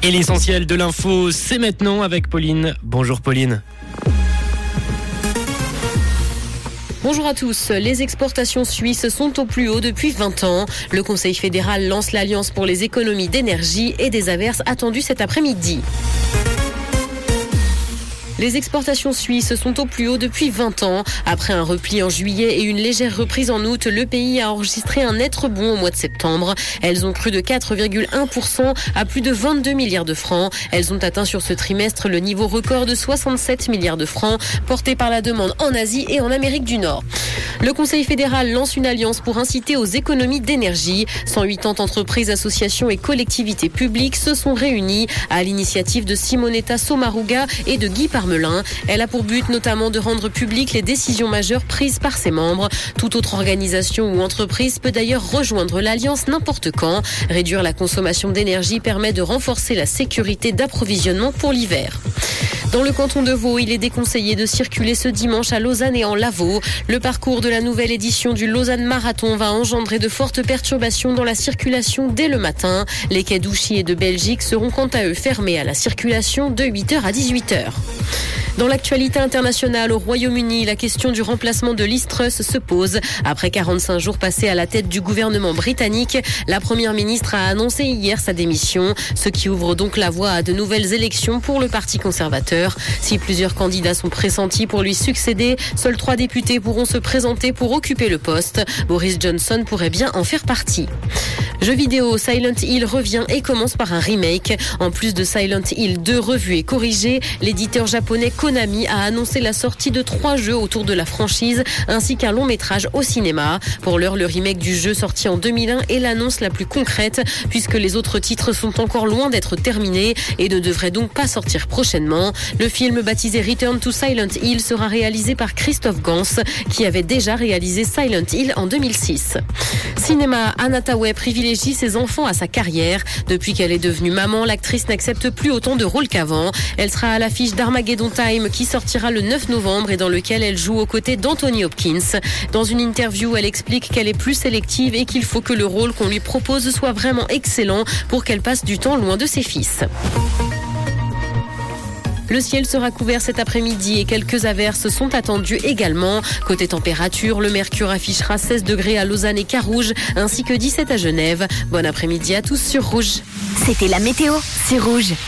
Et l'essentiel de l'info, c'est maintenant avec Pauline. Bonjour Pauline. Bonjour à tous. Les exportations suisses sont au plus haut depuis 20 ans. Le Conseil fédéral lance l'Alliance pour les économies d'énergie et des averses attendues cet après-midi. Les exportations suisses sont au plus haut depuis 20 ans. Après un repli en juillet et une légère reprise en août, le pays a enregistré un net rebond au mois de septembre. Elles ont cru de 4,1% à plus de 22 milliards de francs. Elles ont atteint sur ce trimestre le niveau record de 67 milliards de francs, porté par la demande en Asie et en Amérique du Nord. Le Conseil fédéral lance une alliance pour inciter aux économies d'énergie. 180 entreprises, associations et collectivités publiques se sont réunies à l'initiative de Simonetta Sommaruga et de Guy Parmelin. Elle a pour but notamment de rendre publiques les décisions majeures prises par ses membres. Toute autre organisation ou entreprise peut d'ailleurs rejoindre l'Alliance n'importe quand. Réduire la consommation d'énergie permet de renforcer la sécurité d'approvisionnement pour l'hiver. Dans le canton de Vaud, il est déconseillé de circuler ce dimanche à Lausanne et en Lavaux. Le parcours de la nouvelle édition du Lausanne Marathon va engendrer de fortes perturbations dans la circulation dès le matin. Les quais d'Ouchy et de Belgique seront quant à eux fermés à la circulation de 8h à 18h. Dans l'actualité internationale, au Royaume-Uni, la question du remplacement de Liz Truss se pose. Après 45 jours passés à la tête du gouvernement britannique, la première ministre a annoncé hier sa démission, ce qui ouvre donc la voie à de nouvelles élections pour le Parti conservateur. Si plusieurs candidats sont pressentis pour lui succéder, seuls 3 députés pourront se présenter pour occuper le poste. Boris Johnson pourrait bien en faire partie. Jeux vidéo, Silent Hill revient et commence par un remake. En plus de Silent Hill 2 revu et corrigé, l'éditeur japonais Konami a annoncé la sortie de 3 jeux autour de la franchise, ainsi qu'un long métrage au cinéma. Pour l'heure, le remake du jeu sorti en 2001 est l'annonce la plus concrète, puisque les autres titres sont encore loin d'être terminés et ne devraient donc pas sortir prochainement. Le film baptisé Return to Silent Hill sera réalisé par Christophe Gans, qui avait déjà réalisé Silent Hill en 2006. Cinéma, Anne Hathaway privilégie ses enfants à sa carrière. Depuis qu'elle est devenue maman, l'actrice n'accepte plus autant de rôles qu'avant. Elle sera à l'affiche d'Armageddon Time qui sortira le 9 novembre et dans lequel elle joue aux côtés d'Anthony Hopkins. Dans une interview, elle explique qu'elle est plus sélective et qu'il faut que le rôle qu'on lui propose soit vraiment excellent pour qu'elle passe du temps loin de ses fils. Le ciel sera couvert cet après-midi et quelques averses sont attendues également. Côté température, le mercure affichera 16 degrés à Lausanne et Carouge, ainsi que 17 à Genève. Bon après-midi à tous sur Rouge. C'était la météo, c'est Rouge.